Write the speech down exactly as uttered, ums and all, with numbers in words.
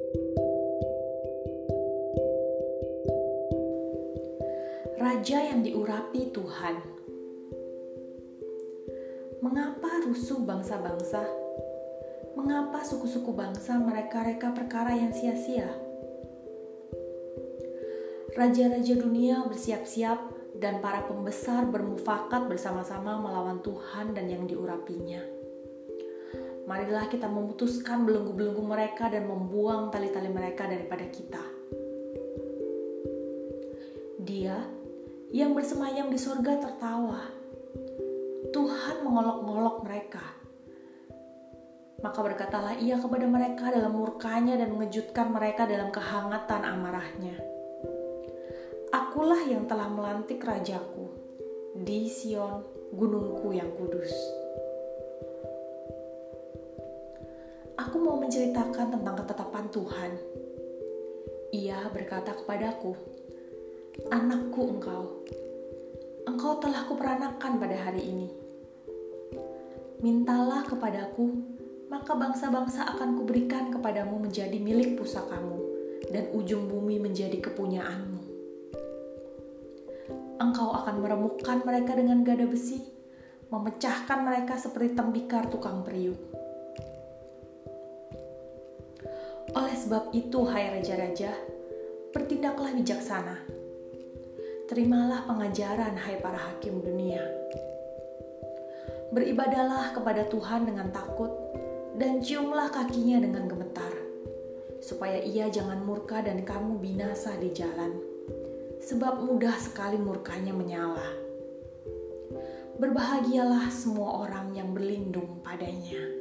Raja yang diurapi Tuhan. Mengapa rusuh bangsa-bangsa? Mengapa suku-suku bangsa mereka-reka perkara yang sia-sia? Raja-raja dunia bersiap-siap dan para pembesar bermufakat bersama-sama melawan Tuhan dan yang diurapinya. Marilah kita memutuskan belenggu-belenggu mereka dan membuang tali-tali mereka daripada kita. Dia yang bersemayam di surga tertawa. Tuhan mengolok-ngolok mereka. Maka berkatalah ia kepada mereka dalam murkanya dan mengejutkan mereka dalam kehangatan amarahnya. Akulah yang telah melantik rajaku di Sion, gunungku yang kudus. Aku mau menceritakan tentang ketetapan Tuhan. Ia berkata kepadaku, "Anakku engkau, engkau telah kuperanakan pada hari ini. Mintalah kepadaku, maka bangsa-bangsa akan kuberikan kepadamu menjadi milik pusakamu, dan ujung bumi menjadi kepunyaanmu. Engkau akan meremukkan mereka dengan gada besi, memecahkan mereka seperti tembikar tukang periuk. Oleh sebab itu, hai raja-raja, bertindaklah bijaksana. Terimalah pengajaran, hai para hakim dunia. Beribadalah kepada Tuhan dengan takut, dan ciumlah kakinya dengan gemetar, supaya ia jangan murka dan kamu binasa di jalan, sebab mudah sekali murkanya menyala. Berbahagialah semua orang yang berlindung padanya."